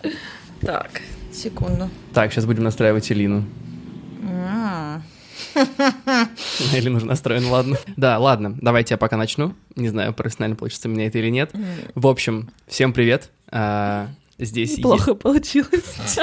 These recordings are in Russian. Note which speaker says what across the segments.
Speaker 1: Так, секунду.
Speaker 2: Так, сейчас будем настраивать Элину. Или уже настроен, ладно. Да, ладно, давайте я пока начну. Не знаю, профессионально получится у меня это или нет. В общем, всем привет. Здесь
Speaker 1: плохо получилось.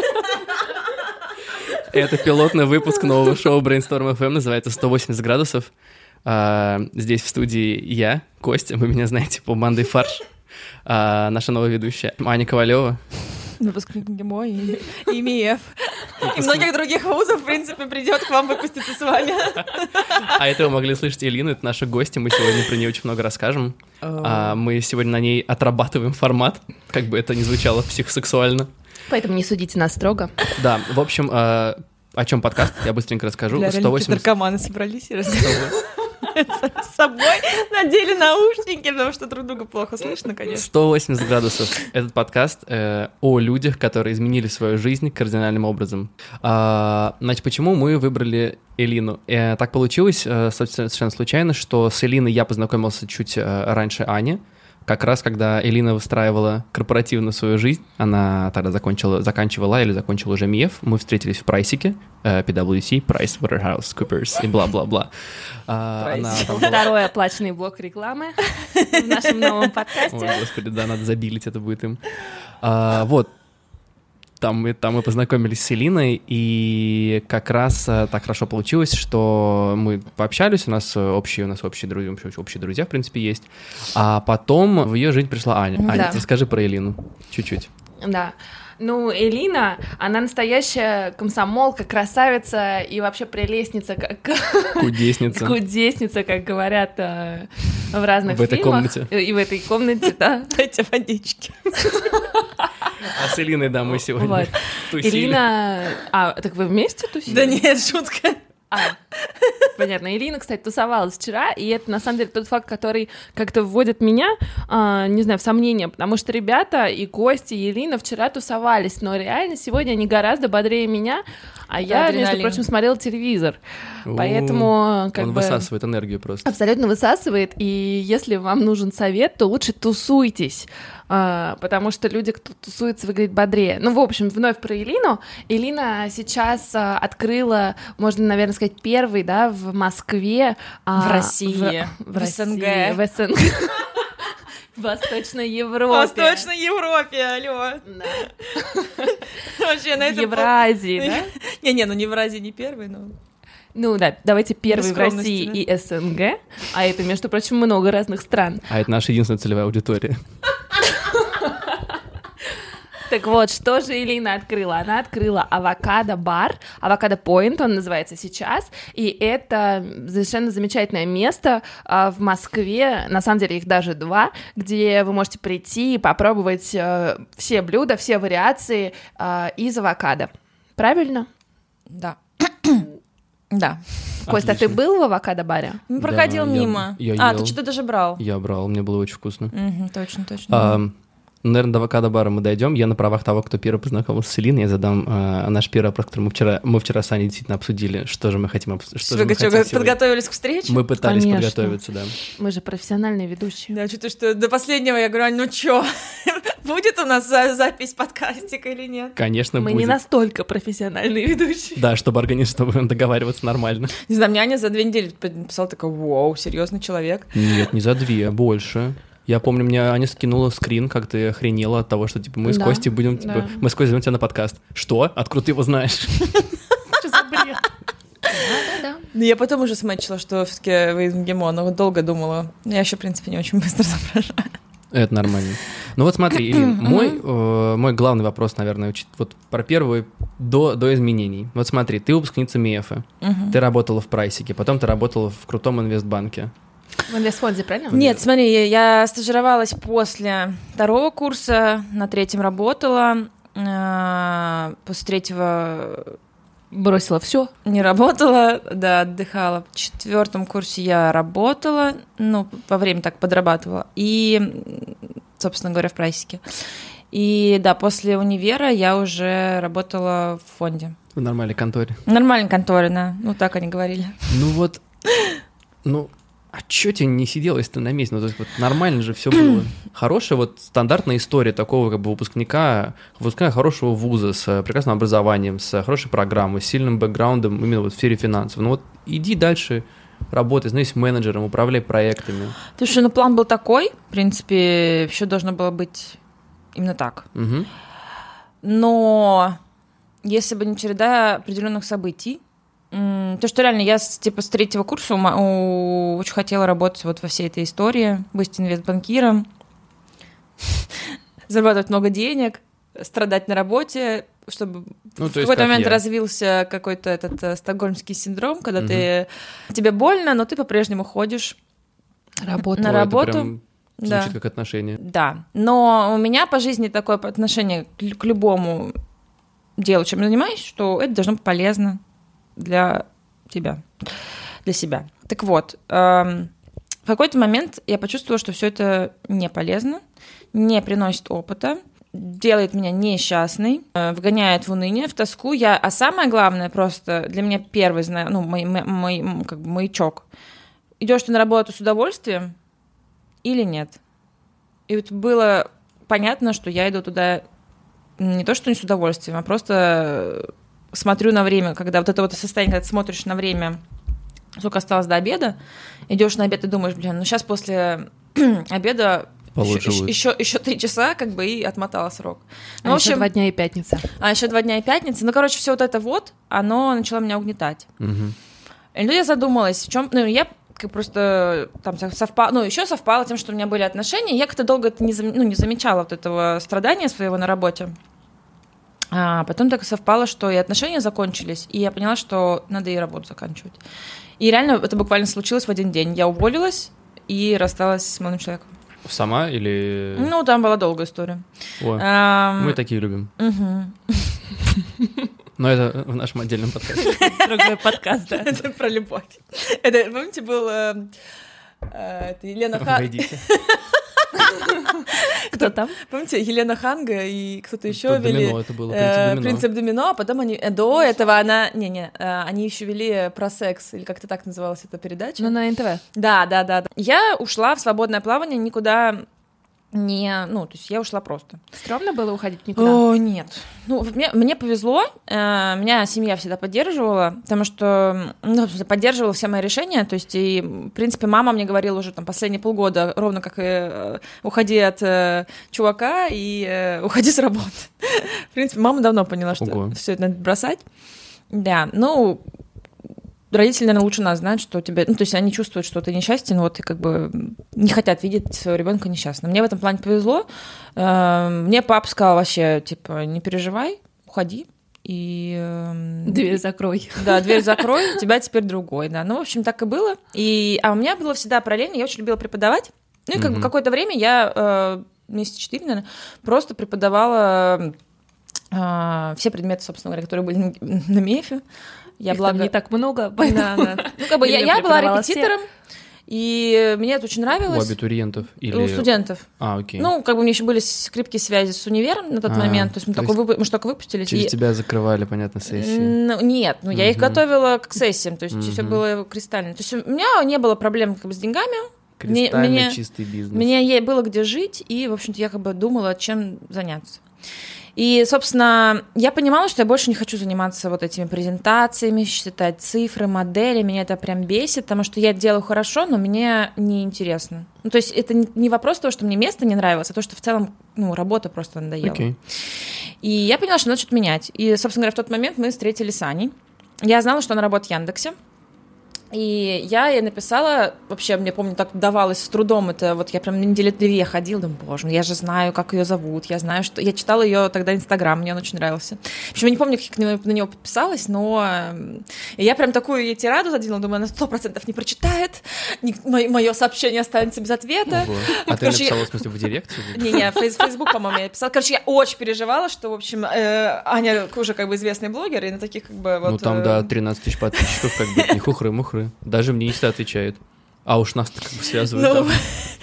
Speaker 2: Это пилотный выпуск нового шоу Brainstorm FM, называется «180 градусов». Здесь в студии я, Костя, вы меня знаете по «Мандай фарш». Наша новая ведущая Аня Ковалева.
Speaker 1: Выпускник МГИМО и МИЭФ. И многих других вузов, в принципе, придет к вам выпуститься с вами.
Speaker 2: А это вы могли слышать Элину, это наша гостья, мы сегодня про нее очень много расскажем. Мы сегодня на ней отрабатываем формат, как бы это ни звучало психосексуально.
Speaker 3: Поэтому не судите нас строго.
Speaker 2: Да, в общем, о чем подкаст, я быстренько расскажу.
Speaker 1: Для 180... наркоманы собрались и с собой надели наушники, потому что друг друга плохо слышно, конечно.
Speaker 2: 180 градусов. Этот подкаст о людях, которые изменили свою жизнь кардинальным образом. Значит, почему мы выбрали Элину? Так получилось совершенно случайно, что с Элиной я познакомился чуть раньше Ани. Как раз, когда Элина выстраивала корпоративную свою жизнь, она тогда закончила уже МИЭФ, мы встретились в Прайсике, PwC, PricewaterhouseCoopers и бла-бла-бла.
Speaker 3: Второй оплаченный блок рекламы в нашем новом подкасте.
Speaker 2: Ой, господи, да, надо забилить, это будет им. Вот. Там мы познакомились с Элиной, и как раз так хорошо получилось, что мы пообщались, у нас общие друзья, в принципе, есть. А потом в ее жизнь пришла Аня. Да. Аня, расскажи про Элину чуть-чуть.
Speaker 3: Да. Ну, Элина, она настоящая комсомолка, красавица и вообще прелестница, как...
Speaker 2: Кудесница.
Speaker 3: Кудесница, как говорят в разных фильмах.
Speaker 2: В этой комнате.
Speaker 3: И в этой комнате, да.
Speaker 1: Дайте водички.
Speaker 2: А с Элиной, да, мы сегодня
Speaker 3: вот.
Speaker 2: тусили.
Speaker 3: Элина... так вы вместе тусили?
Speaker 1: Да нет, шутка.
Speaker 3: Понятно. Элина, кстати, тусовалась вчера, и это, на самом деле, тот факт, который как-то вводит меня, не знаю, в сомнение, потому что ребята, и Костя, и Элина вчера тусовались, но реально сегодня они гораздо бодрее меня, я, между прочим, смотрела телевизор, поэтому как
Speaker 2: он
Speaker 3: бы...
Speaker 2: высасывает энергию просто.
Speaker 3: Абсолютно высасывает, и если вам нужен совет, то лучше тусуйтесь, потому что люди, кто тусуется, выглядят бодрее. Ну, в общем, вновь про Элину. Элина сейчас открыла, можно, наверное, сказать, первый, да, в Москве.
Speaker 1: В России.
Speaker 3: В
Speaker 1: СНГ.
Speaker 3: В СНГ. В Восточной Европе.
Speaker 1: В Восточной Европе, алло.
Speaker 3: Да.
Speaker 1: Вообще, на
Speaker 3: в Евразии, да?
Speaker 1: Не, ну не в Евразии, не первый, но...
Speaker 3: Ну да, давайте первый в России, да? И СНГ, а это, между прочим, много разных стран.
Speaker 2: А это наша единственная целевая аудитория.
Speaker 3: Так вот, что же Элина открыла? Она открыла авокадо-бар, авокадо-поинт он называется сейчас, и это совершенно замечательное место в Москве, на самом деле их даже два, где вы можете прийти и попробовать все блюда, все вариации из авокадо. Правильно?
Speaker 1: Да. Да.
Speaker 3: Костя, ты был в авокадо-баре?
Speaker 1: Проходил мимо.
Speaker 2: Я ел.
Speaker 1: Ты что-то даже брал?
Speaker 2: Я брал, мне было очень вкусно.
Speaker 1: Точно.
Speaker 2: Наверное, до авокадо-бара мы дойдем. Я на правах того, кто первый познакомился с Элиной, я задам наш первый вопрос, который мы вчера с Аней действительно обсудили, что же мы хотим обсудить.
Speaker 1: Подготовились к встрече?
Speaker 2: Мы пытались подготовиться, да.
Speaker 3: Мы же профессиональные ведущие.
Speaker 1: Да, что до последнего я говорю, ну чё, будет у нас запись подкастика или нет?
Speaker 2: Конечно, будет.
Speaker 3: Мы не настолько профессиональные ведущие.
Speaker 2: Да, чтобы договариваться нормально.
Speaker 1: Не знаю, мне Аня за 2 недели написала такая, вау, серьезный человек.
Speaker 2: Нет, не за 2, больше. Я помню, мне Аня скинула скрин, как ты охренела от того, что типа мы с Костей будем, типа, мы с Костей зовем тебя на подкаст. Что? Откуда ты его знаешь?
Speaker 3: Что за бред? Да.
Speaker 1: Я потом уже смачила, что все-таки вы из МГИМО, но долго думала. Я еще, в принципе, не очень быстро соображаю.
Speaker 2: Это нормально. Ну вот смотри, Элин, мой главный вопрос, наверное, вот про первую до изменений. Вот смотри, ты выпускница МИЭФа, ты работала в Прайсике, потом ты работала в крутом инвестбанке.
Speaker 3: В инвестфонде, правильно?
Speaker 1: Нет, смотри, я стажировалась после 2-го курса, на 3-м работала, после 3-го
Speaker 3: бросила все.
Speaker 1: Не работала, да, отдыхала. В 4-м курсе я работала, ну, во время так подрабатывала, и, собственно говоря, в Прайсике. И, да, после универа я уже работала в фонде.
Speaker 2: В нормальной конторе.
Speaker 1: В нормальной конторе, да, ну, так они говорили.
Speaker 2: Ну вот, а чё тебе не сиделось-то на месте? Ну, то есть вот нормально же все было. Хорошая вот стандартная история такого как бы выпускника хорошего вуза с прекрасным образованием, с хорошей программой, с сильным бэкграундом именно вот в сфере финансов. Ну вот иди дальше, работай, становись менеджером, управляй проектами.
Speaker 1: Слушай, ну план был такой, в принципе, все должно было быть именно так.
Speaker 2: Угу.
Speaker 1: Но если бы не череда определенных событий, то, что реально я с 3-го курса очень хотела работать вот во всей этой истории, быть инвестбанкиром, зарабатывать много денег, страдать на работе, чтобы в какой-то момент развился какой-то этот стокгольмский синдром, когда тебе больно, но ты по-прежнему ходишь на работу.
Speaker 2: Это прям звучит как отношение.
Speaker 1: Да, но у меня по жизни такое отношение к любому делу, чем я занимаюсь, что это должно быть полезно для тебя, для себя. Так вот, в какой-то момент я почувствовала, что все это не полезно, не приносит опыта, делает меня несчастной, вгоняет в уныние, в тоску. А самое главное, просто для меня первый, мой как бы маячок. Идешь ты на работу с удовольствием или нет? И вот было понятно, что я иду туда не то, что не с удовольствием, а просто смотрю на время, когда вот это вот состояние, когда ты смотришь на время, сколько осталось до обеда, идешь на обед и думаешь, ну сейчас после обеда еще 3 часа, как бы, и отмотала срок. Ну,
Speaker 3: в общем, еще 2 дня и пятница.
Speaker 1: Еще 2 дня и пятница. Ну, короче, все вот это вот, оно начало меня угнетать. И я задумалась, в чем. Ну, я просто там совпало, еще совпало тем, что у меня были отношения, я как-то долго это не замечала вот этого страдания своего на работе. А потом так совпало, что и отношения закончились, и я поняла, что надо и работу заканчивать. И реально это буквально случилось в один день. Я уволилась и рассталась с молодым человеком.
Speaker 2: Сама или...
Speaker 1: Ну, там была долгая история.
Speaker 2: Мы такие любим. Но это в нашем отдельном подкасте.
Speaker 3: Другой подкаст, да.
Speaker 1: Это про любовь. Это, помните, был Елена Ханга.
Speaker 2: Войдите.
Speaker 3: Кто там?
Speaker 1: Помните, Елена Ханга и кто-то еще вели...
Speaker 2: Домино, это было
Speaker 1: «Принцип домино», а потом они... До этого они еще вели про секс, или как-то так называлась эта передача.
Speaker 3: Ну, на НТВ.
Speaker 1: Да. Я ушла в свободное плавание, никуда то есть я ушла просто.
Speaker 3: Стремно было уходить никуда?
Speaker 1: О, нет. Ну, мне повезло, меня семья всегда поддерживала, потому что поддерживала все мои решения, то есть, и, в принципе, мама мне говорила уже там последние полгода, ровно как и уходи от чувака и уходи с работы. В принципе, мама давно поняла, что все это надо бросать. Да, родители, наверное, лучше нас знают, что тебе... Ну, то есть они чувствуют, что ты несчастен, вот, и как бы не хотят видеть своего ребенка несчастным. Мне в этом плане повезло. Мне папа сказал вообще, типа, не переживай, уходи. И...
Speaker 3: Дверь закрой.
Speaker 1: Да, дверь закрой, у тебя теперь другой, да. Ну, в общем, так и было. А у меня было всегда параллельно, я очень любила преподавать. Ну, и как бы какое-то время я, месяца 4, наверное, просто преподавала все предметы, собственно говоря, которые были на МЕФе.
Speaker 3: Их там не так много, поэтому...
Speaker 1: Ну, как бы я была репетитором, и мне это очень нравилось.
Speaker 2: У абитуриентов или...
Speaker 1: У студентов.
Speaker 2: Окей.
Speaker 1: Ну, как бы у меня еще были крепкие связи с универом на тот момент, то есть мы только выпустились.
Speaker 2: Через тебя закрывали, понятно, сессии?
Speaker 1: Нет, я их готовила к сессиям, то есть все было кристально. То есть у меня не было проблем как бы с деньгами.
Speaker 2: Кристально чистый бизнес.
Speaker 1: Мне было где жить, и, в общем-то, я как бы думала, чем заняться. И, собственно, я понимала, что я больше не хочу заниматься вот этими презентациями, считать цифры, модели. Меня это прям бесит, потому что я делаю хорошо, но мне неинтересно. Ну, то есть это не вопрос того, что мне место не нравилось, а то, что в целом, работа просто надоела.
Speaker 2: Okay.
Speaker 1: И я поняла, что надо что-то менять. И, собственно говоря, в тот момент мы встретились с Аней. Я знала, что она работает в Яндексе. И я ей написала, вообще, мне помню, так давалось с трудом, это вот я прям на недели 2 ходила, думаю, боже, я же знаю, как ее зовут, я знаю, что... Я читала ее тогда Инстаграм, мне он очень нравился. В общем, я не помню, как я на него подписалась, но я прям такую ей тираду задвинула, думаю, она 100% не прочитает, мое сообщение останется без ответа.
Speaker 2: Ого. А ты написала, в смысле, в директе?
Speaker 1: Не, в Facebook, по-моему, я писала. Короче, я очень переживала, что, в общем, Аня уже как бы известный блогер, и на таких как бы вот...
Speaker 2: Ну, там, да, 13 тысяч подписчиков, как бы, не хухры-мухры. Даже мне не всегда отвечают. А уж нас как бы связывают.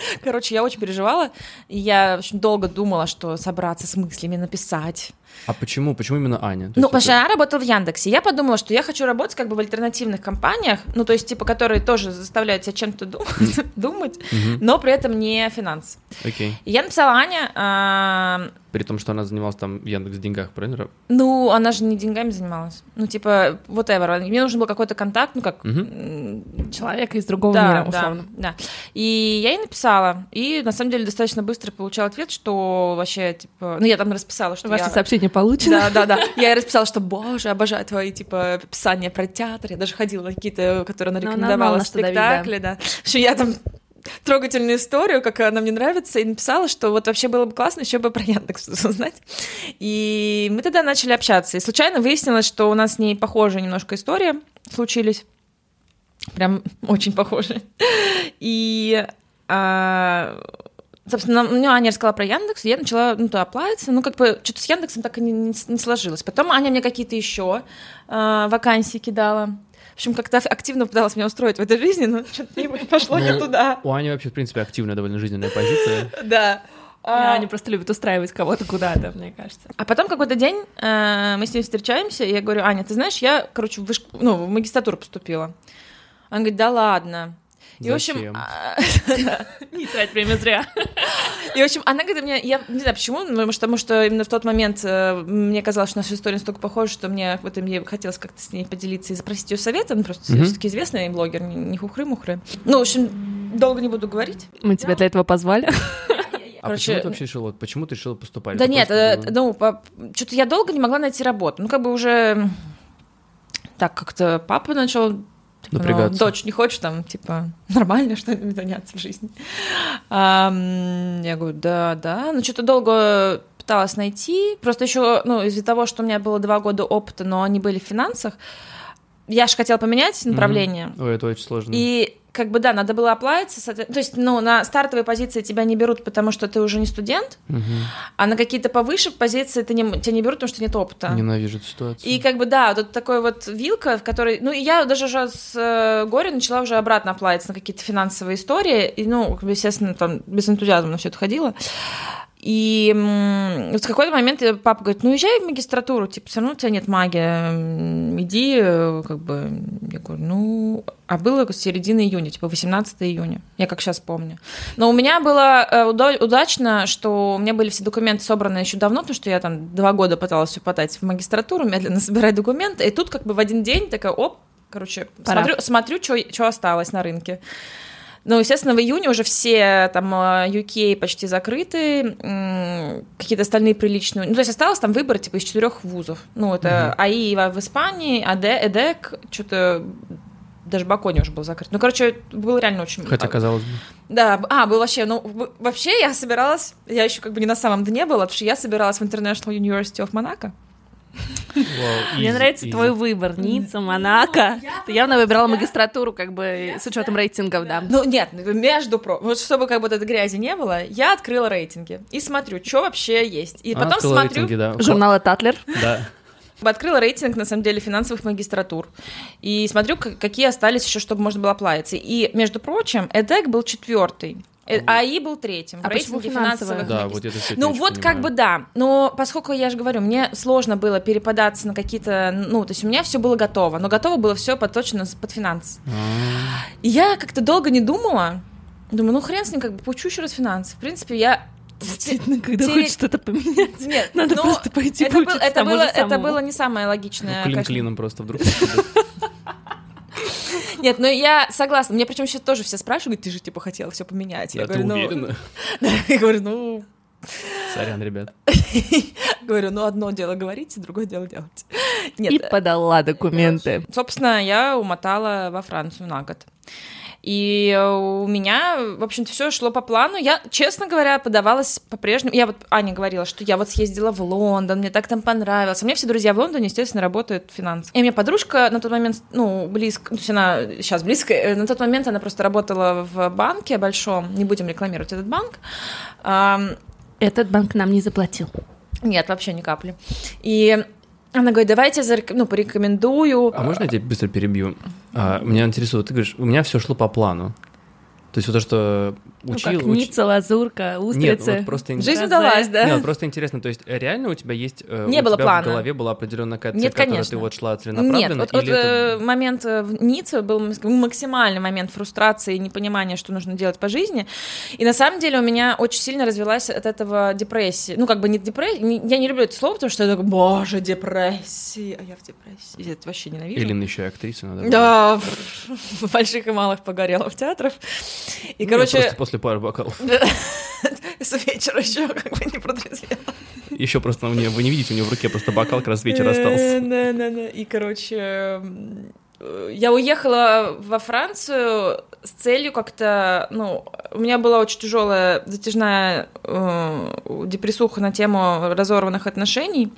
Speaker 1: Короче, я очень переживала, и я очень долго думала, что собраться с мыслями, написать.
Speaker 2: А почему? Почему именно Аня?
Speaker 1: Ну, потому что она работала в Яндексе. Я подумала, что я хочу работать как бы в альтернативных компаниях, ну, то есть, типа, которые тоже заставляют тебя чем-то думать, но при этом не финанс.
Speaker 2: Окей.
Speaker 1: И я написала Аня...
Speaker 2: При том, что она занималась там в Яндекс.Деньгах, правильно?
Speaker 1: Ну, она же не деньгами занималась. Ну, типа, whatever. Мне нужен был какой-то контакт, ну, как...
Speaker 3: Человека из другого мира, условно.
Speaker 1: Да. И я ей написала. И, на самом деле, достаточно быстро получила ответ, что вообще, типа... Ну, я там расписала, что
Speaker 3: Ваше сообщение получено.
Speaker 1: Да. Я ей расписала, что, боже, обожаю твои, типа, писания про театр. Я даже ходила на какие-то, которые она рекомендовала, спектакли, да. Что я там... трогательную историю, как она мне нравится, и написала, что вот вообще было бы классно еще бы про Яндекс узнать. И мы тогда начали общаться. И случайно выяснилось, что у нас с ней похожая немножко история случились. Прям очень похожие. И, собственно, мне Аня рассказала про Яндекс, и я начала, оплавиться. Ну, как бы, что-то с Яндексом так и не сложилось. Потом Аня мне какие-то еще вакансии кидала. В общем, как-то активно пыталась меня устроить в этой жизни, но что-то не пошло не туда.
Speaker 2: У Ани вообще, в принципе, активная довольно жизненная позиция.
Speaker 1: Да.
Speaker 3: Аня просто любит устраивать кого-то куда-то, мне кажется.
Speaker 1: А потом какой-то день мы с ней встречаемся, и я говорю: Аня, ты знаешь, я, короче, в магистратуру поступила. Она говорит: да ладно. И, в общем,
Speaker 3: не трать время зря.
Speaker 1: И, в общем, она говорит мне, я не знаю почему, потому что именно в тот момент мне казалось, что наша история настолько похожа, что мне хотелось как-то с ней поделиться и запросить ее совета. Ну, просто все-таки известный блогер, не хухры-мухры. Ну, в общем, долго не буду говорить.
Speaker 3: Мы тебя для этого позвали.
Speaker 2: А почему ты вообще решила, почему ты решила поступать?
Speaker 1: Да нет, что-то я долго не могла найти работу. Ну, как бы уже так как-то папа начал...
Speaker 2: напрягаться.
Speaker 1: Дочь, не хочешь там, типа, нормально что-нибудь заняться в жизни? Я говорю: да. Ну, что-то долго пыталась найти. Просто еще, из-за того, что у меня было 2 года опыта, но они были в финансах, я же хотела поменять направление.
Speaker 2: Ой, это очень сложно.
Speaker 1: И как бы, да, надо было оплавиться. То есть, на стартовые позиции тебя не берут, потому что ты уже не студент, а на какие-то повыше позиции тебя не берут, потому что нет опыта.
Speaker 2: Ненавижу эту ситуацию.
Speaker 1: И как бы, да, вот такой вот вилка, в которой... и я даже уже с горя начала уже обратно оплавиться на какие-то финансовые истории, и, естественно, там без энтузиазма на все это ходила. И в какой-то момент папа говорит: езжай в магистратуру, типа, все равно у тебя нет магии, иди, как бы, я говорю, а было середина июня, типа 18 июня, я как сейчас помню. Но у меня было удачно, что у меня были все документы собраны еще давно, потому что я там 2 года пыталась все подать в магистратуру, медленно собирать документы, и тут как бы в один день такая, смотрю, что осталось на рынке. Естественно, в июне уже все там UK почти закрыты, какие-то остальные приличные. То есть осталось там выбор типа из 4 вузов. Это АИ в Испании, ЭДЭК, что-то даже Бакони уже был закрыт. Было реально очень...
Speaker 2: Хотя, казалось бы.
Speaker 1: Да, был вообще... вообще я собиралась... Я еще как бы не на самом дне была, потому что я собиралась в International University of Monaco.
Speaker 3: Мне нравится твой выбор. Ницца, Монако. Ты явно выбирала магистратуру, как бы, с учетом рейтингов, да.
Speaker 1: Нет, между прочим, чтобы как бы этой грязи не было, я открыла рейтинги и смотрю, что вообще есть. И потом смотрю...
Speaker 3: Журнала Татлер.
Speaker 2: Да.
Speaker 1: Открыла рейтинг, на самом деле, финансовых магистратур. И смотрю, какие остались еще, чтобы можно было оплавиться. И, между прочим, ЭДЭК был 4-й. АИ был 3-м.
Speaker 3: А почему финансовых?
Speaker 2: Да, вот это все.
Speaker 1: Как бы да. Но поскольку я же говорю, мне сложно было переподаться на какие-то... то есть у меня все было готово. Но готово было все подточено под финансы. И я как-то долго не думала. Думаю, хрен с ним, как бы поучу еще раз финансы. В принципе, я...
Speaker 3: Действительно, когда хочешь что-то поменять, нет, надо просто пойти поучиться.
Speaker 1: Это было не самое логичное.
Speaker 2: Клином просто вдруг.
Speaker 1: Нет, я согласна. Мне причем сейчас тоже все спрашивают: ты же типа хотела все поменять.
Speaker 2: Я говорю, ты уверена?
Speaker 1: Я говорю,
Speaker 2: Сорян, ребят.
Speaker 1: Говорю, одно дело говорить, другое дело делать.
Speaker 3: И подала документы.
Speaker 1: Собственно, я умотала во Францию на год. И у меня, в общем-то, все шло по плану. Я, честно говоря, подавалась по-прежнему. Я Аня говорила, что я съездила в Лондон, мне так там понравилось. У меня все друзья в Лондоне, естественно, работают в финансах. И у меня подружка на тот момент, близко, то есть она сейчас близко, на тот момент она просто работала в банке большом, не будем рекламировать этот банк.
Speaker 3: Этот банк нам не заплатил.
Speaker 1: Нет, вообще ни капли. И она говорит: давайте порекомендую.
Speaker 2: А можно я тебя быстро перебью? Меня интересует, ты говоришь, у меня все шло по плану. То есть вот то, что учил...
Speaker 3: как Ницца, лазурка, устрицы.
Speaker 2: Нет, вот просто...
Speaker 1: Жизнь удалась, да?
Speaker 2: Нет, просто интересно, то есть реально у тебя есть...
Speaker 1: Не было плана.
Speaker 2: В голове была определенная какая-то цель,
Speaker 1: Нет,
Speaker 2: которой
Speaker 1: конечно.
Speaker 2: ты вот шла целенаправленно?
Speaker 1: Нет,
Speaker 2: или это...
Speaker 1: момент в Ницце был максимальный момент фрустрации и непонимания, что нужно делать по жизни. И на самом деле у меня очень сильно развилась от этого депрессия. Ну, как бы не депрессия, я не люблю это слово, потому что я такая, боже, депрессия, а я в депрессии. Я это вообще ненавижу.
Speaker 2: Элина еще и актриса, надо.
Speaker 1: Да, в больших и малых погорела в театрах. И, короче...
Speaker 2: Просто после пары бокалов.
Speaker 1: С вечера еще как бы не протрезвела.
Speaker 2: Еще просто вы не видите, у нее в руке просто бокал как раз вечер остался.
Speaker 1: Да. И, короче, я уехала во Францию с целью как-то, ну, у меня была очень тяжелая затяжная депрессуха на тему разорванных отношений.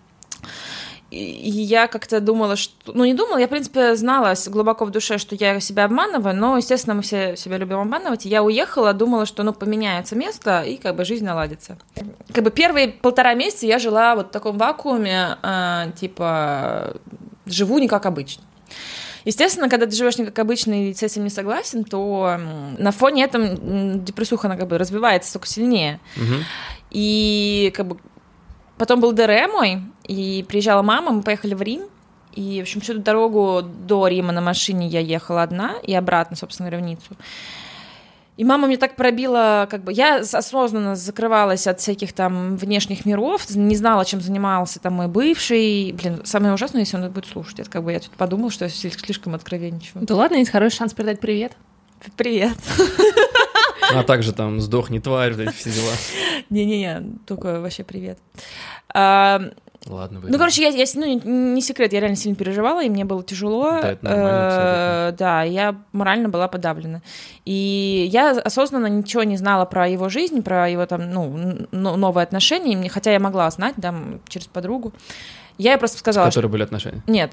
Speaker 1: И я как-то думала, что... Ну, не думала, я, в принципе, знала глубоко в душе, что я себя обманываю, но, естественно, мы все себя любим обманывать. И я уехала, думала, что, ну, поменяется место, и как бы жизнь наладится. Как бы первые 1,5 месяца я жила вот в таком вакууме, типа, живу не как обычно. Естественно, когда ты живешь не как обычно и с этим не согласен, то на фоне этого депрессуха, она как бы развивается только сильнее. И как бы потом был ДР мой, и приезжала мама, мы поехали в Рим, и, в общем, всю дорогу до Рима на машине я ехала одна, и обратно, собственно говоря, в Ниццу. И мама мне так пробила, как бы, я осознанно закрывалась от всяких там внешних миров, не знала, чем занимался там мой бывший. Блин, самое ужасное, если он это будет слушать, это как бы я тут подумала, что я слишком откровенничаю.
Speaker 3: Да ладно, есть хороший шанс передать привет.
Speaker 1: Привет.
Speaker 2: А также там «Сдохни, тварь», все дела.
Speaker 1: Не-не-не, только вообще привет.
Speaker 2: Ладно,
Speaker 1: ну, короче, я не секрет, я реально сильно переживала, и мне было тяжело.
Speaker 2: Да, это нормально,
Speaker 1: да, я морально была подавлена. И я осознанно ничего не знала про его жизнь, про его там, ну, новые отношения, хотя я могла знать, да, через подругу. Я ей просто сказала,
Speaker 2: с которой были отношения?
Speaker 1: Нет,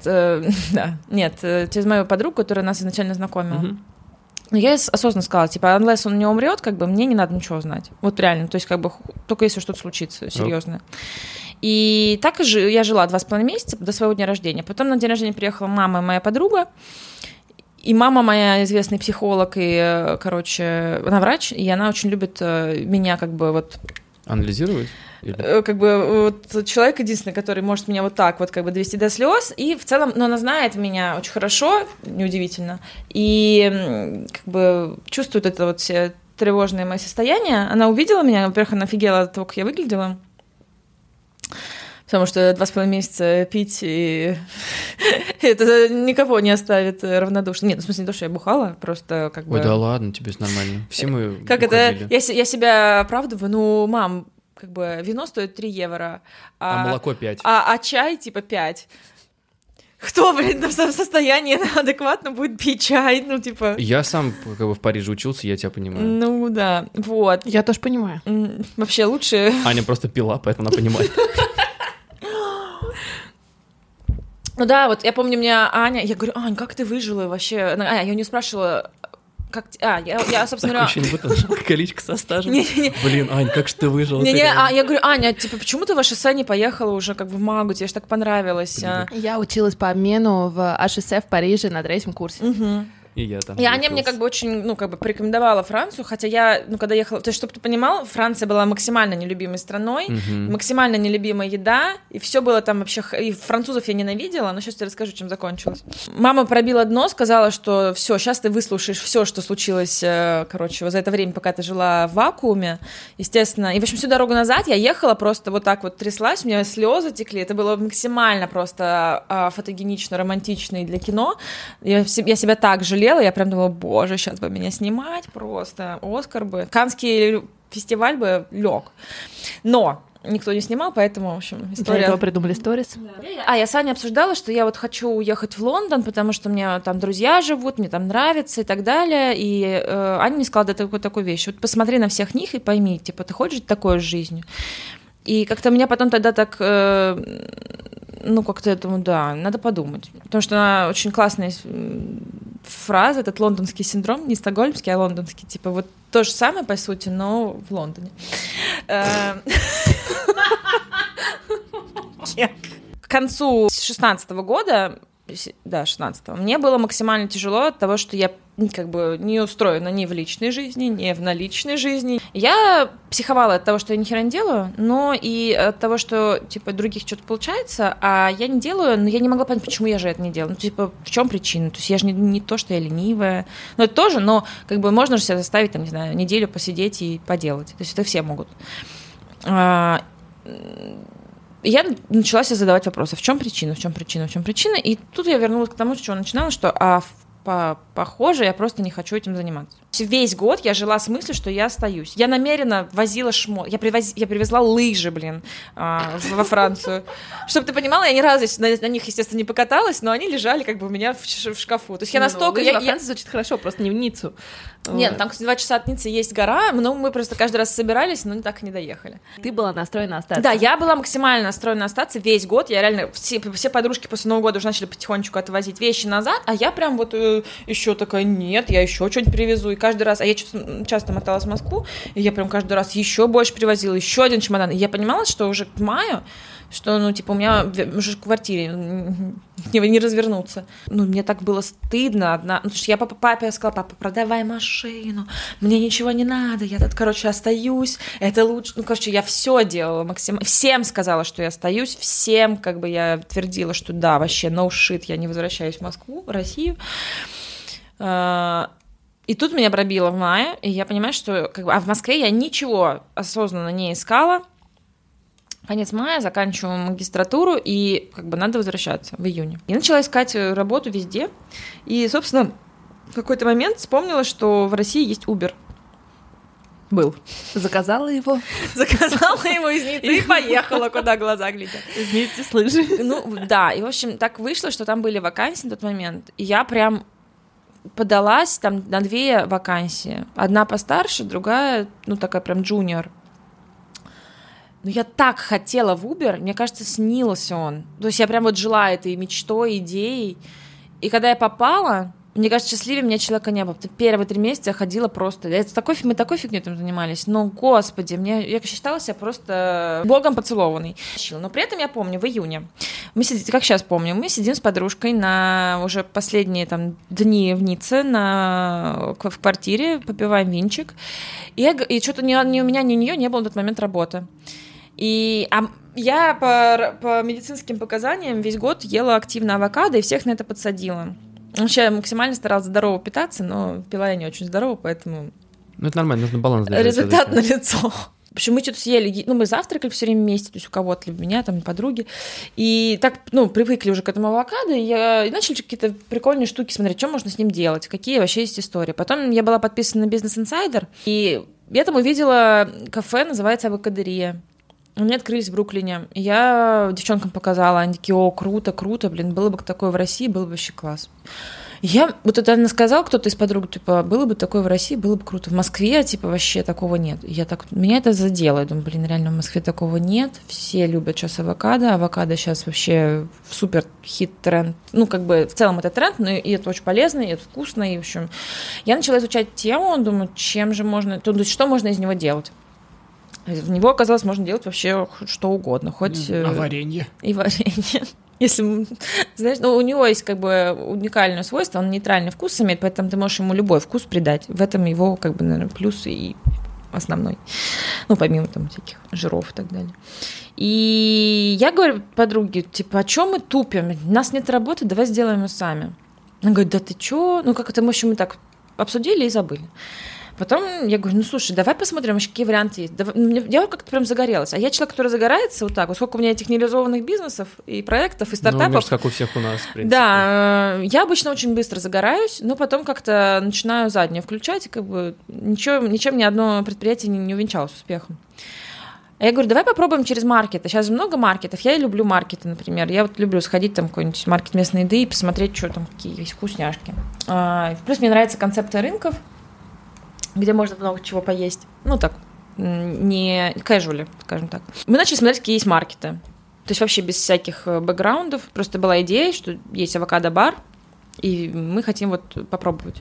Speaker 1: через мою подругу, которая нас изначально знакомила. Но я осознанно сказала, типа, unless он не умрет, как бы мне не надо ничего знать. Вот реально, то есть как бы только если что-то случится серьезное. И так я жила 2,5 месяца до своего дня рождения. Потом на день рождения приехала мама и моя подруга. И мама моя известный психолог, и, короче, она врач, и она очень любит меня как бы вот...
Speaker 2: Анализировать?
Speaker 1: Или? Как бы вот человек единственный, который может меня вот так вот как бы довести до слез, и в целом, но она знает меня очень хорошо, неудивительно, и как бы чувствует это вот все тревожные мои состояния. Она увидела меня, во-первых, она офигела от того, как я выглядела, потому что 2,5 месяца пить, и это никого не оставит равнодушным. Нет, в смысле, не то, что я бухала, просто как бы...
Speaker 2: Ой, да ладно, тебе нормально. Все мы
Speaker 1: как
Speaker 2: уходили.
Speaker 1: это? Я себя оправдываю, ну, мам, как бы вино стоит 3 евро,
Speaker 2: а молоко 5.
Speaker 1: А чай типа 5. Кто, блин, в состоянии адекватно будет пить чай, ну, типа...
Speaker 2: Я сам как бы в Париже учился, я тебя понимаю.
Speaker 1: Ну, да, вот.
Speaker 3: Я тоже понимаю.
Speaker 1: Вообще лучше...
Speaker 2: Аня просто пила, поэтому она понимает.
Speaker 1: Ну да, вот я помню, меня Аня... Я говорю, Ань, как ты выжила вообще? Я ее не спрашивала... Как... я, собственно говоря...
Speaker 2: Такое ощущение, будто колечко со стажем. Блин, Ань, как же ты выжила?
Speaker 1: Я говорю, Аня, типа, почему ты в HSC не поехала уже как бы в Магу? Тебе же так понравилось.
Speaker 3: Я училась по обмену в HSC в Париже на 3-м курсе.
Speaker 2: И я там.
Speaker 1: И Аня мне как бы очень, ну, как бы порекомендовала Францию, хотя я, ну, когда ехала... То есть, чтобы ты понимал, Франция была максимально нелюбимой страной, максимально нелюбимая еда, и все было там вообще... И французов я ненавидела, но сейчас тебе расскажу, чем закончилось. Мама пробила дно, сказала, что все, сейчас ты выслушаешь все, что случилось, короче, вот за это время, пока ты жила в вакууме, естественно. И, в общем, всю дорогу назад я ехала, просто вот так вот тряслась, у меня слезы текли, это было максимально просто фотогенично, романтично и для кино. Я себя так жалела, я прям думала, боже, сейчас бы меня снимать просто, Оскар бы, Каннский фестиваль бы лег. Но никто не снимал, поэтому, в общем, история...
Speaker 3: Для этого придумали сторис.
Speaker 1: Я с Аней обсуждала, что я вот хочу уехать в Лондон, потому что у меня там друзья живут, мне там нравится и так далее, и Аня мне сказала такую вещь, вот посмотри на всех них и пойми, типа, ты хочешь жить такой жизнью? И как-то меня потом тогда так... Ну, как-то я думаю, да, надо подумать. Потому что она очень классная фраза, этот лондонский синдром, не стокгольмский, а лондонский. Типа вот то же самое, по сути, но в Лондоне. К концу 2016 года Да, 16-го. Мне было максимально тяжело от того, что я как бы не устроена ни в личной жизни, ни в наличной жизни. Я психовала от того, что я ни хера не делаю, но и от того, что, типа, других что-то получается, а я не делаю, но я не могла понять, почему я же это не делаю. Ну, типа, в чем причина? То есть я же не то, что я ленивая. Ну, это тоже, но как бы можно же себя заставить, там, не знаю, неделю посидеть и поделать. То есть это все могут. Я начала себе задавать вопросы, в чем причина, и тут я вернулась к тому, с чего начинала, что похоже, я просто не хочу этим заниматься. Весь год я жила с мыслью, что я остаюсь. Я намеренно возила шмот. Я привезла лыжи, во Францию. Чтобы ты понимала, я ни разу на них, естественно, не покаталась, но они лежали как бы у меня в шкафу. То есть я настолько...
Speaker 3: Лыжи во Франции звучит хорошо, просто не в Ниццу.
Speaker 1: Нет, там, кстати, 2 часа от Ниццы есть гора, но мы просто каждый раз собирались, но так и не доехали.
Speaker 3: Ты была настроена остаться.
Speaker 1: Да, я была максимально настроена остаться весь год. Я реально... Все подружки после Нового года уже начали потихонечку отвозить вещи назад, а я прям вот еще такая, нет, я еще что-нибудь привезу. И каждый раз... А я часто моталась в Москву, и я прям каждый раз еще больше привозила, еще один чемодан. И я понимала, что уже к маю, что, ну, типа, у меня уже в квартире не развернуться. Ну, мне так было стыдно. Ну, потому что я папе сказала, папа, продавай машину, мне ничего не надо, я тут, короче, остаюсь, это лучше. Ну, короче, я все делала максимально. Всем сказала, что я остаюсь, всем, как бы, я твердила, что да, вообще, no shit, я не возвращаюсь в Москву, в Россию. И тут меня пробило в мае, и я понимаю, что... Как бы, а в Москве я ничего осознанно не искала. Конец мая, заканчиваю магистратуру, и как бы надо возвращаться в июне. Я начала искать работу везде, и, собственно, в какой-то момент вспомнила, что в России есть Uber. Был.
Speaker 3: Заказала его?
Speaker 1: Заказала его из Ниццы и поехала, куда глаза глядят.
Speaker 3: Из Ниццы с лыжи.
Speaker 1: Ну, да, и, в общем, так вышло, что там были вакансии на тот момент, и я прям подалась там на 2 вакансии. Одна постарше, другая, ну, такая прям джуниор. Но я так хотела в Uber, мне кажется, снился он. То есть я прям вот жила этой мечтой, идеей. И когда я попала, мне кажется, счастливее меня человека не было. Первые 3 месяца я ходила просто... Мы такой фигней там занимались. Но, господи, я считала себя просто богом поцелованной. Но при этом я помню, в июне, как сейчас помню, мы сидим с подружкой на уже последние там дни в Ницце в квартире, попиваем винчик. И что-то ни у меня, ни у нее не было на тот момент работы. И я по медицинским показаниям весь год ела активно авокадо и всех на это подсадила. Вообще я максимально старалась здорово питаться, но пила я не очень здорово, поэтому...
Speaker 2: Ну, это нормально, нужно баланс держать.
Speaker 1: Результат налицо. В общем, мы что-то съели, мы завтракали все время вместе, то есть у кого-то, либо меня, там, подруги, и так, привыкли уже к этому авокадо, и начали какие-то прикольные штуки смотреть, что можно с ним делать, какие вообще есть истории. Потом я была подписана на Business Insider, и я там увидела кафе, называется «Авокадерия». Они открылись в Бруклине. Я девчонкам показала, они такие, о, круто, было бы такое в России, было бы вообще класс. Вот это она сказала, кто-то из подруг, типа, было бы такое в России, было бы круто. В Москве, типа, вообще такого нет. Меня это задело. Я думаю, реально в Москве такого нет. Все любят сейчас авокадо. Авокадо сейчас вообще супер хит-тренд. Ну, как бы, в целом это тренд, но и это очень полезно, и это вкусно, и, в общем... Я начала изучать тему, думаю, чем же можно... Что можно из него делать? В него, оказалось, можно делать вообще что угодно. Хоть...
Speaker 4: варенье.
Speaker 1: И варенье. Если, знаешь, у него есть как бы уникальное свойство, он нейтральный вкус имеет, поэтому ты можешь ему любой вкус придать. В этом его, как бы, наверное, плюс и основной. Ну, помимо там всяких жиров и так далее. И я говорю подруге, типа, а чё мы тупим? У нас нет работы, давай сделаем ее сами. Она говорит, да ты чё? Ну, как это, в общем, мы так обсудили и забыли. Потом я говорю, слушай, давай посмотрим, вообще, какие варианты есть. Я как-то прям загорелась. А я человек, который загорается вот так. Вот сколько у меня этих нереализованных бизнесов и проектов, и стартапов.
Speaker 2: Ну, как у всех у нас, в принципе.
Speaker 1: Да, я обычно очень быстро загораюсь, но потом как-то начинаю заднюю включать, и как бы ничем ни одно предприятие не увенчалось успехом. А я говорю, давай попробуем через маркеты. Сейчас же много маркетов. Я люблю маркеты, например. Я вот люблю сходить там в какой-нибудь маркет местной еды и посмотреть, что там, какие есть вкусняшки. Плюс мне нравятся концепты рынков, где можно много чего поесть. Ну, так, не casual, скажем так. Мы начали смотреть, какие есть маркеты. То есть вообще без всяких бэкграундов. Просто была идея, что есть авокадо-бар, и мы хотим вот попробовать.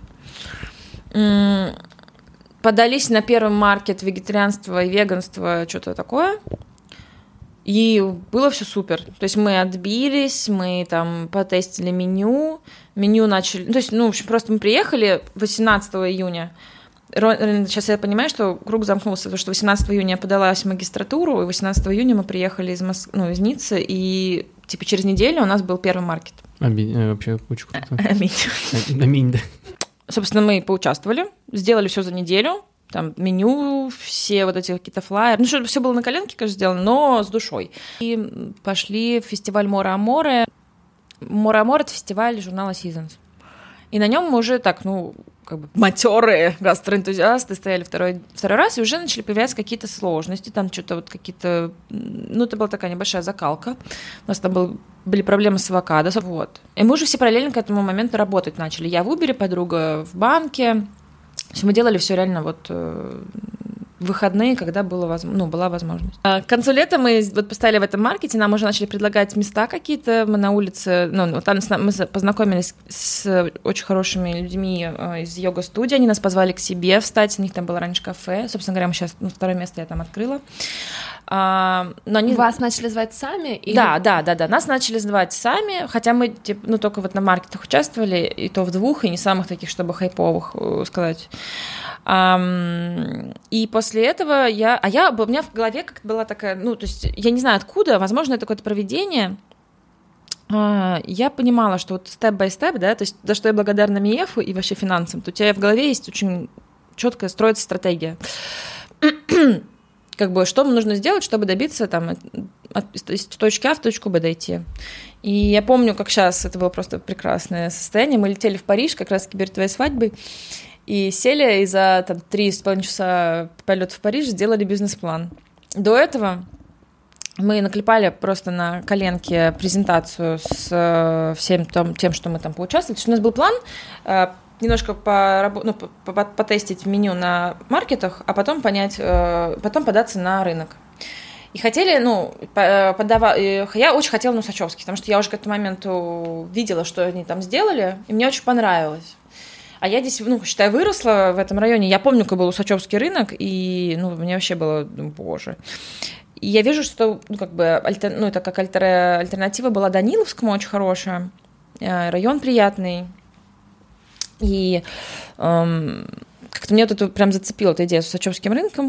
Speaker 1: Подались на первый маркет вегетарианство и веганство, что-то такое. И было все супер. То есть мы отбились, мы там потестили меню начали... То есть, в общем, просто мы приехали 18 июня. Сейчас я понимаю, что круг замкнулся, потому что 18 июня я подалась в магистратуру, и 18 июня мы приехали из Ниццы, и типа через неделю у нас был первый маркет.
Speaker 2: Вообще очень круто.
Speaker 1: Аминь.
Speaker 2: Аминь, да.
Speaker 1: Собственно, мы поучаствовали, сделали все за неделю. Там меню, все вот эти какие-то флайеры. Чтобы все было на коленке, конечно, сделано, но с душой. И пошли в фестиваль Море-Аморе. Море-Аморе — это фестиваль журнала Seasons. И на нем мы уже так, матерые гастроэнтузиасты стояли второй раз, и уже начали появляться какие-то сложности, там что-то вот какие-то... это была такая небольшая закалка. У нас там были проблемы с авокадо. Вот. И мы уже все параллельно к этому моменту работать начали. Я в Uber, подруга в банке. Мы делали все реально в выходные, когда была возможность. К концу лета мы поставили в этом маркете, нам уже начали предлагать места какие-то. Мы на улице, там мы познакомились с очень хорошими людьми из йога-студии, они нас позвали к себе встать, у них там было раньше кафе. Собственно говоря, мы сейчас второе место я там открыла. Но они...
Speaker 3: Вас начали звать сами? Или...
Speaker 1: Да, нас начали звать сами, хотя мы только на маркетах участвовали, и то в 2, и не самых таких, чтобы хайповых сказать. И после этого у меня в голове как-то была такая, то есть я не знаю откуда, возможно, это какое-то провидение. Я понимала, что степ-бай-степ, да, то есть за что я благодарна МИЭФу и вообще финансам, то у тебя в голове есть очень четкая строится стратегия. Что нужно сделать, чтобы добиться из точки А в точку Б дойти. И я помню, как сейчас, это было просто прекрасное состояние, мы летели в Париж как раз перед твоей свадьбой, и сели, и за 3,5 часа полета в Париж сделали бизнес-план. До этого мы наклепали просто на коленке презентацию с всем тем, что мы там поучаствовали. То есть у нас был план немножко потестить меню на маркетах, а потом потом податься на рынок. И хотели, я очень хотела на Усачевский, потому что я уже к этому моменту видела, что они там сделали, и мне очень понравилось. А я здесь, считай, выросла в этом районе. Я помню, как был Усачевский рынок, и, мне вообще было, боже. И я вижу, что, это как альтернатива была Даниловскому очень хорошая, район приятный. И как-то меня это прям зацепила эта идея с Усачевским рынком.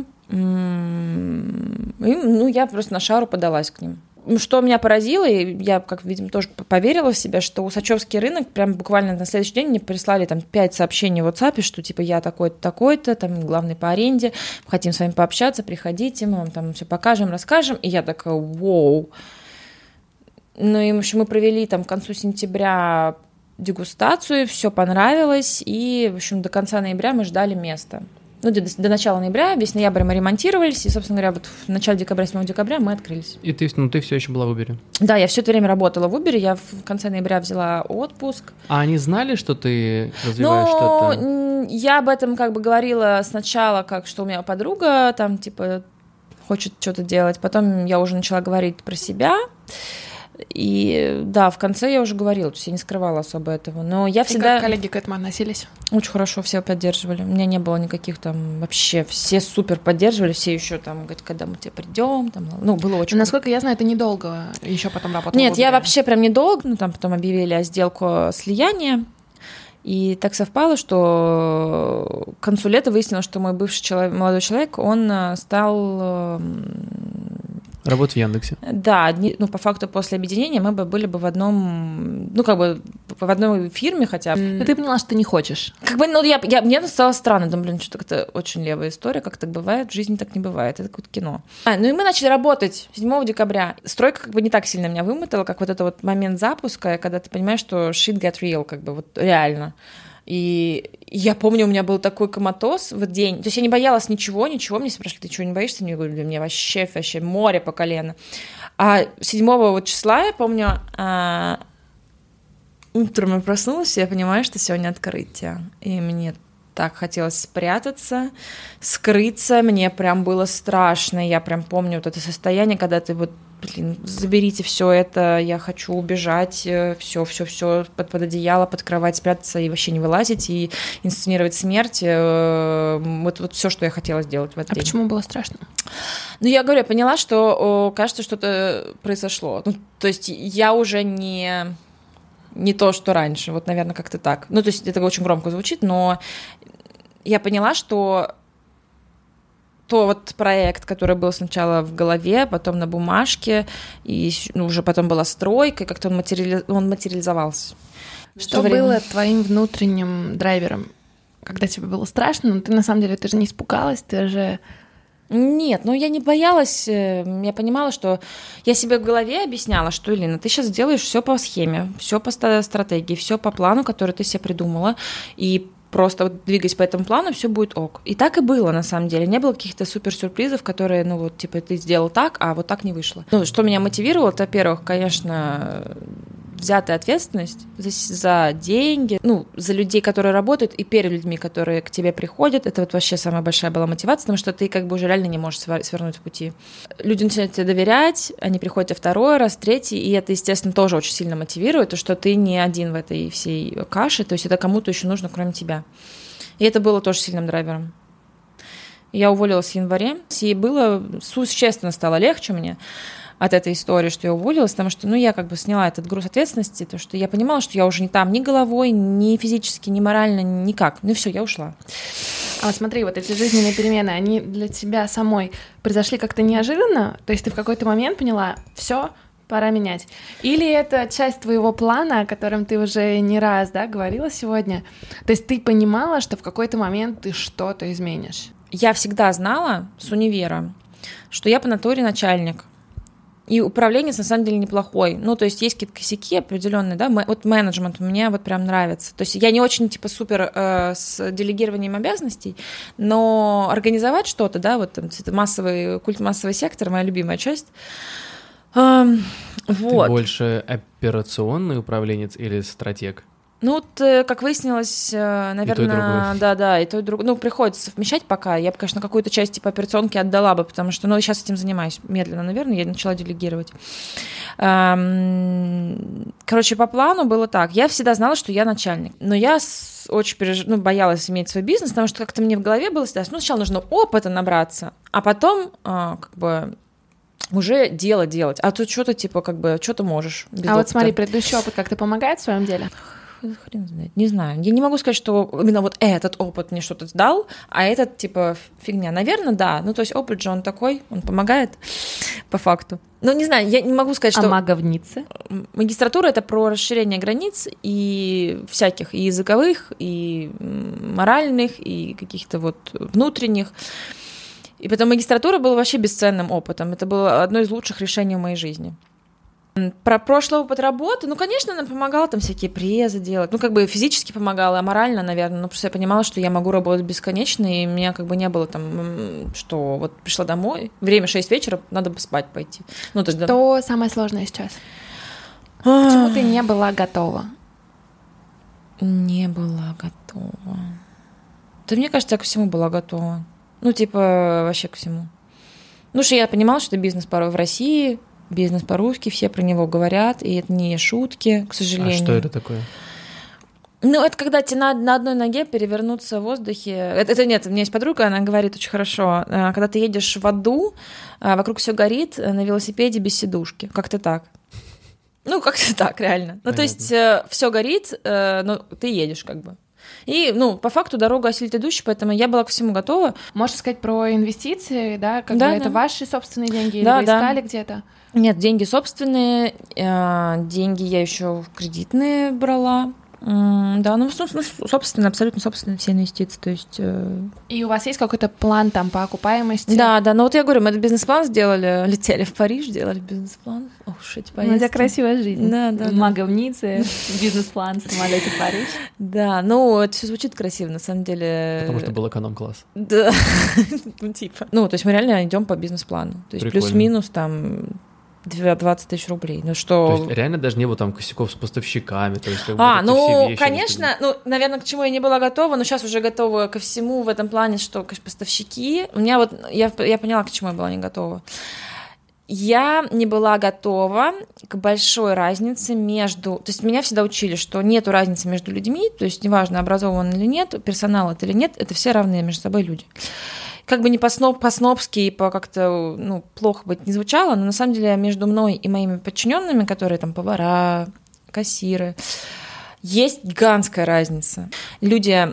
Speaker 1: И, я просто на шару подалась к ним. Что меня поразило, и я, как, видимо, тоже поверила в себя, что Усачевский рынок прям буквально на следующий день мне прислали 5 сообщений в WhatsApp, что я такой-то, такой-то, главный по аренде, хотим с вами пообщаться, приходите, мы вам там все покажем, расскажем. И я такая, вау. И, в общем, мы провели к концу сентября дегустацию, все понравилось, и, в общем, до конца ноября мы ждали места. До начала ноября, весь ноябрь мы ремонтировались, и, собственно говоря, в начале декабря, 7 декабря мы открылись.
Speaker 2: И ты все еще была в Uber?
Speaker 1: Да, я все это время работала в Uber, я в конце ноября взяла отпуск.
Speaker 2: А они знали, что ты развиваешь что-то?
Speaker 1: Я об этом говорила сначала, что у меня подруга хочет что-то делать, потом я уже начала говорить про себя. И да, в конце я уже говорила, то есть я не скрывала особо этого, но я всегда...
Speaker 3: Как коллеги к этому относились?
Speaker 1: Очень хорошо, все поддерживали, у меня не было никаких вообще, все супер поддерживали, все еще говорят, когда мы к тебе придем, было очень...
Speaker 3: Насколько я знаю, это недолго еще потом работала.
Speaker 1: Нет, я вообще прям недолго, потом объявили о сделку слияния, и так совпало, что к концу лета выяснилось, что мой бывший молодой человек, он стал...
Speaker 2: Работать в Яндексе.
Speaker 1: Да, по факту после объединения мы были бы в одном, в одной фирме хотя бы.
Speaker 3: Ты поняла, что ты не хочешь?
Speaker 1: Мне стало странно, думаю, что это очень левая история, как так бывает, в жизни так не бывает, это какое-то кино. И мы начали работать 7 декабря. Стройка не так сильно меня вымотала, как этот момент запуска, когда ты понимаешь, что shit get real, реально. И я помню, у меня был такой коматоз в день. То есть я не боялась ничего. Мне спрашивали, ты чего не боишься? Я говорю, мне вообще море по колено. А 7 числа, я помню, утром я проснулась, и я понимаю, что сегодня открытие. И мне так хотелось спрятаться, скрыться. Мне прям было страшно. Я прям помню это состояние, когда ты блин, заберите все это, я хочу убежать, все под одеяло, под кровать спрятаться и вообще не вылазить, и инсценировать смерть. Вот все, что я хотела сделать в этот день.
Speaker 3: А почему было страшно?
Speaker 1: Ну, я говорю, я поняла, что, кажется, что-то произошло. Ну, то есть я уже не то, что раньше, вот, наверное, как-то так. Ну, то есть это очень громко звучит, но я поняла, что вот проект, который был сначала в голове, потом на бумажке, и уже потом была стройка, и как-то он материализовался.
Speaker 3: Что было твоим внутренним драйвером, когда тебе было страшно, но ты на самом деле ты же не испугалась, ты же...
Speaker 1: Нет, я не боялась, я понимала, что я себе в голове объясняла, что, Элина, ты сейчас делаешь все по схеме, все по стратегии, все по плану, который ты себе придумала, и просто вот двигаясь по этому плану, все будет ок. И так и было, на самом деле. Не было каких-то супер-сюрпризов, которые, ты сделал так, а вот так не вышло. Что меня мотивировало, это, во-первых, конечно, взятая ответственность за деньги, за людей, которые работают, и перед людьми, которые к тебе приходят. Это вот вообще самая большая была мотивация, потому что ты как бы уже реально не можешь свернуть в пути. Люди начинают тебе доверять, они приходят второй раз, третий, и это, естественно, тоже очень сильно мотивирует, то, что ты не один в этой всей каше, то есть это кому-то еще нужно, кроме тебя. И это было тоже сильным драйвером. Я уволилась в январе, и было существенно стало легче мне от этой истории, что я уволилась, потому что, я как бы сняла этот груз ответственности, то, что я понимала, что я уже не там ни головой, ни физически, ни морально, никак. Все, я ушла.
Speaker 3: А вот смотри, вот эти жизненные перемены, они для тебя самой произошли как-то неожиданно? То есть ты в какой-то момент поняла, все, пора менять? Или это часть твоего плана, о котором ты уже не раз, говорила сегодня? То есть ты понимала, что в какой-то момент ты что-то изменишь?
Speaker 1: Я всегда знала с универа, что я по натуре начальник. И управленец, на самом деле, неплохой. То есть есть какие-то косяки определенные, вот менеджмент у меня вот прям нравится. То есть я не очень, супер с делегированием обязанностей, но организовать что-то, это культ массовый сектор, моя любимая часть.
Speaker 2: Ты больше операционный управленец или стратег?
Speaker 1: Как выяснилось, наверное, и то, и другое. Приходится совмещать пока. Я бы, конечно, какую-то часть операционки отдала бы, потому что, сейчас этим занимаюсь медленно, наверное, я начала делегировать. Короче, по плану было так. Я всегда знала, что я начальник, но я очень боялась иметь свой бизнес, потому что как-то мне в голове было всегда, сначала нужно опыта набраться, а потом, уже дело делать. А тут что-то, что ты можешь без опыта.
Speaker 3: Вот смотри, предыдущий опыт как-то помогает в своем деле?
Speaker 1: Хрен знает, не знаю. Я не могу сказать, что именно вот этот опыт мне что-то дал, а этот, фигня. Наверное, да. То есть опыт же он такой, он помогает по факту. Не знаю, я не могу сказать, что...
Speaker 3: А маговницы?
Speaker 1: Магистратура — это про расширение границ и всяких, и языковых, и моральных, и каких-то внутренних. И потом магистратура была вообще бесценным опытом. Это было одно из лучших решений в моей жизни. Про прошлый опыт работы, конечно, она помогала там всякие презы делать, физически помогала, а морально, наверное, просто я понимала, что я могу работать бесконечно, и у меня не было там, что вот пришла домой, время 6 вечера, надо бы спать пойти.
Speaker 3: Что самое сложное сейчас? Почему ты не была готова?
Speaker 1: Не была готова. Да мне кажется, я ко всему была готова. Вообще ко всему. Что я понимала, что бизнес порой в России, бизнес по-русски, все про него говорят, и это не шутки, к сожалению.
Speaker 2: А что это такое?
Speaker 1: Это когда тебе на одной ноге перевернуться в воздухе. Это нет, у меня есть подруга, она говорит очень хорошо. Когда ты едешь в аду, вокруг все горит, на велосипеде без сидушки. Как-то так. Как-то так, реально. То есть все горит, но ты едешь как бы. И, по факту дорогу осилит идущий, поэтому я была ко всему готова.
Speaker 3: Можешь сказать про инвестиции, это ваши собственные деньги, или вы искали где-то?
Speaker 1: Нет, деньги собственные, деньги я еще кредитные брала. Да, собственно, абсолютно собственные все инвестиции, то есть...
Speaker 3: И у вас есть какой-то план там по окупаемости?
Speaker 1: Да, я говорю, мы этот бизнес-план сделали, летели в Париж, делали бизнес-план. Эти поездки.
Speaker 3: У тебя красивая жизнь.
Speaker 1: Да.
Speaker 3: Маговницы, бизнес-план, самолете в Париж.
Speaker 1: Да, это все звучит красиво, на самом деле.
Speaker 2: Потому что был эконом-класс.
Speaker 1: Да, то есть мы реально идем по бизнес-плану, то есть плюс-минус там 20 тысяч рублей.
Speaker 2: То есть реально даже не было там косяков с поставщиками? То есть,
Speaker 1: конечно, наверное, к чему я не была готова, но сейчас уже готова ко всему в этом плане, что, конечно, поставщики... У меня я поняла, к чему я была не готова. Я не была готова к большой разнице между... То есть меня всегда учили, что нету разницы между людьми, то есть неважно, образован или нет, персонал это или нет, это все равные между собой люди. Как бы не по-снобски и по как-то плохо бы это не звучало, но на самом деле между мной и моими подчиненными, которые там повара, кассиры, есть гигантская разница. Люди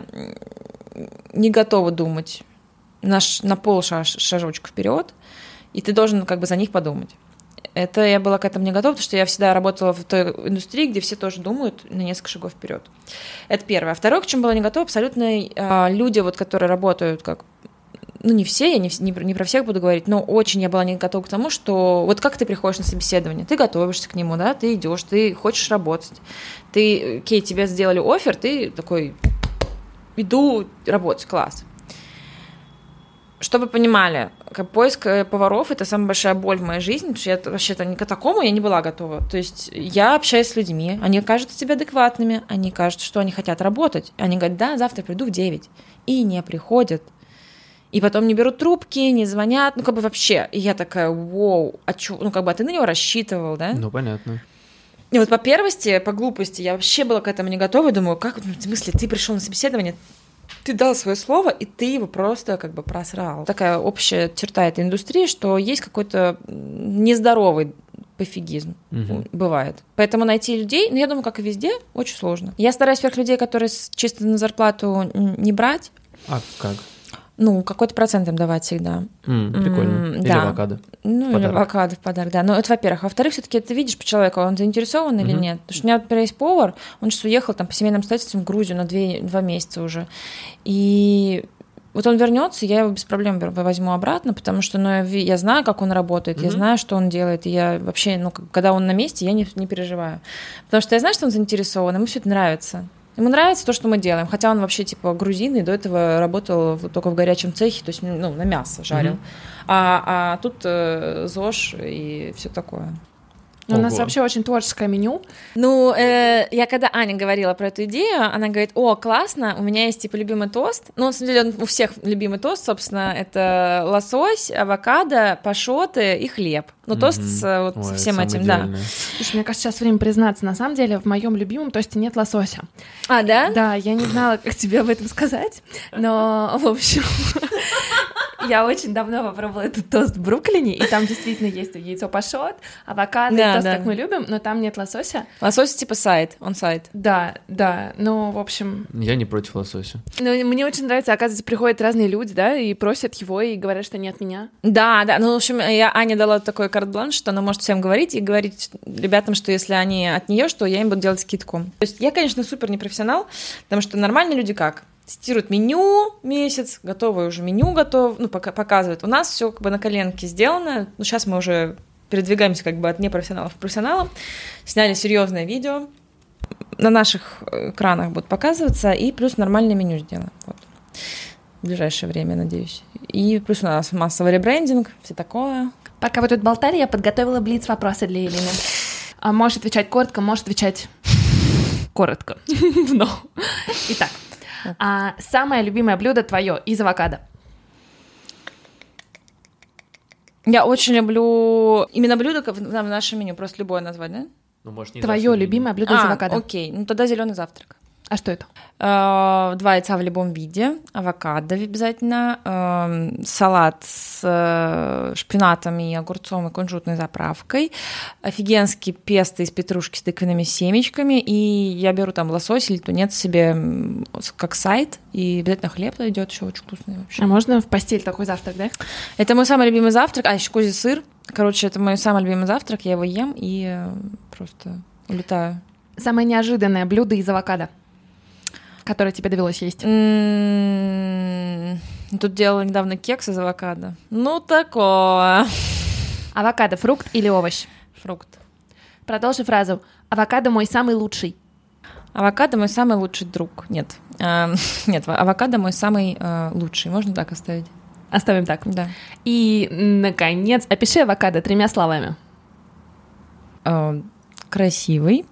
Speaker 1: не готовы думать на полшажочка вперед, и ты должен как бы за них подумать. Это я была к этому не готова, потому что я всегда работала в той индустрии, где все тоже думают на несколько шагов вперед. Это первое. А второе, к чему была не готова, абсолютно люди, вот, которые работают как... не все, я не про всех буду говорить, но очень я была не готова к тому, что вот как ты приходишь на собеседование, ты готовишься к нему, да, ты идешь, ты хочешь работать, окей, тебе сделали оффер, ты такой, иду работать, класс. Чтобы вы понимали, поиск поваров — это самая большая боль в моей жизни, потому что я вообще-то к такому я не была готова. То есть я общаюсь с людьми, они кажутся тебе адекватными, они кажутся, что они хотят работать. Они говорят, да, завтра приду в 9, и не приходят. И потом не берут трубки, не звонят, как бы вообще. И я такая, вау, а чё, а ты на него рассчитывал, да?
Speaker 2: Ну, понятно.
Speaker 1: И вот по первости, по глупости, я вообще была к этому не готова, думаю, как, в смысле, ты пришел на собеседование, ты дал свое слово, и ты его просто как бы просрал. Такая общая черта этой индустрии, что есть какой-то нездоровый пофигизм. Бывает. Поэтому найти людей, я думаю, как и везде, очень сложно. Я стараюсь всех людей, которые чисто на зарплату не брать.
Speaker 2: А как?
Speaker 1: Какой-то процент им давать всегда.
Speaker 2: Прикольно. Или авокадо.
Speaker 1: Или авокадо в подарок, да. Но это, во-первых. А во-вторых, все-таки ты видишь по человеку, он заинтересован или нет. Потому что у меня, например, есть повар, он сейчас уехал там по семейным обстоятельствам в Грузию на 2 месяца уже. И вот он вернется, я его без проблем возьму обратно, потому что я знаю, как он работает, я знаю, что он делает, и я вообще, когда он на месте, я не переживаю. Потому что я знаю, что он заинтересован, ему все это нравится. Ему нравится то, что мы делаем, хотя он вообще типа грузин и до этого работал только в горячем цехе, то есть на мясо жарил. А тут ЗОЖ и все такое.
Speaker 3: У нас вообще очень творческое меню.
Speaker 1: Я когда Аня говорила про эту идею, она говорит, классно, у меня есть типа любимый тост. На самом деле у всех любимый тост, собственно, это лосось, авокадо, пашоты и хлеб. Тост со всем этим, да.
Speaker 3: Слушай, мне кажется, сейчас время признаться, на самом деле в моем любимом тосте нет лосося.
Speaker 1: А, да?
Speaker 3: Да, я не знала, как тебе об этом сказать, но, в общем... Я очень давно попробовала этот тост в Бруклине, и там действительно есть яйцо пашот, авокадо, тост, как мы любим, но там нет лосося.
Speaker 1: Лосось типа сайд, он сайд.
Speaker 3: Да, в общем...
Speaker 2: Я не против лосося.
Speaker 3: Мне очень нравится, оказывается, приходят разные люди, да, и просят его, и говорят, что не от меня.
Speaker 1: Да, в общем, Аня дала такой карт-бланш, что она может всем говорить, и говорить ребятам, что если они от нее, что я им буду делать скидку. То есть я, конечно, супер непрофессионал, потому что нормальные люди как? Тестируют меню месяц, готовое уже меню показывают. У нас все как бы на коленке сделано. Сейчас мы уже передвигаемся как бы от непрофессионалов к профессионалам. Сняли серьезное видео. На наших экранах будут показываться. И плюс нормальное меню сделаем. В ближайшее время, надеюсь. И плюс у нас массовый ребрендинг, все такое.
Speaker 3: Пока вы тут болтали, я подготовила блиц-вопросы для Елены. Можешь отвечать коротко, можешь отвечать коротко. Итак. Самое любимое блюдо твое из авокадо?
Speaker 1: Я очень люблю именно блюдо в нашем меню, просто любое назвать, да?
Speaker 2: Может, не
Speaker 3: твое любимое блюдо из авокадо?
Speaker 1: Окей, тогда зеленый завтрак.
Speaker 3: А что это?
Speaker 1: 2 яйца в любом виде, авокадо обязательно, салат с шпинатом и огурцом и кунжутной заправкой, офигенский песто из петрушки с тыквенными семечками, и я беру там лосось или тунец себе как сайд, и обязательно хлеб идет еще очень вкусный вообще.
Speaker 3: А можно в постель такой завтрак, да?
Speaker 1: Это мой самый любимый завтрак, еще козий сыр. Короче, это мой самый любимый завтрак, я его ем и просто улетаю.
Speaker 3: Самое неожиданное блюдо из авокадо, которое тебе довелось есть?
Speaker 1: Тут делала недавно кекс из авокадо. Такое.
Speaker 3: Авокадо — фрукт или овощ?
Speaker 1: Фрукт.
Speaker 3: Продолжи фразу. Авокадо мой самый лучший.
Speaker 1: Авокадо мой самый лучший друг. Нет. Нет, авокадо мой самый лучший. Можно так оставить?
Speaker 3: Оставим так.
Speaker 1: Да.
Speaker 3: И, наконец, опиши авокадо 3 словами.
Speaker 1: Красивый.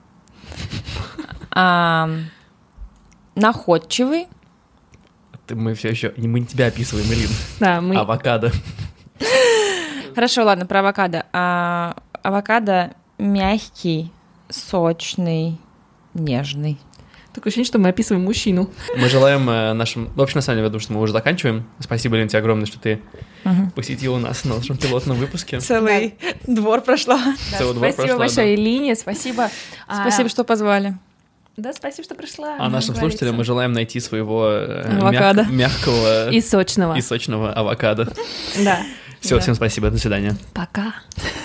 Speaker 1: Находчивый.
Speaker 2: Мы все еще... Мы не тебя описываем, Ирина.
Speaker 3: Да, мы...
Speaker 2: Авокадо.
Speaker 1: Хорошо, ладно, про авокадо. Авокадо мягкий, сочный, нежный.
Speaker 3: Такое ощущение, что мы описываем мужчину.
Speaker 2: Мы желаем нашим... В общем, на самом деле, я думаю, что мы уже заканчиваем. Спасибо, Лен, тебе огромное, что ты посетила нас на нашем пилотном выпуске.
Speaker 1: Целый двор прошла.
Speaker 2: Целый двор
Speaker 3: Спасибо
Speaker 2: прошла,
Speaker 3: большое, Элине, спасибо.
Speaker 1: Спасибо, что позвали.
Speaker 3: Да, спасибо, что пришла.
Speaker 2: А нашим слушателям мы желаем найти своего
Speaker 1: Авокадо.
Speaker 2: мягкого
Speaker 3: И сочного.
Speaker 2: и сочного авокадо.
Speaker 3: Да.
Speaker 2: Все,
Speaker 3: Да.
Speaker 2: всем спасибо, до свидания.
Speaker 3: Пока.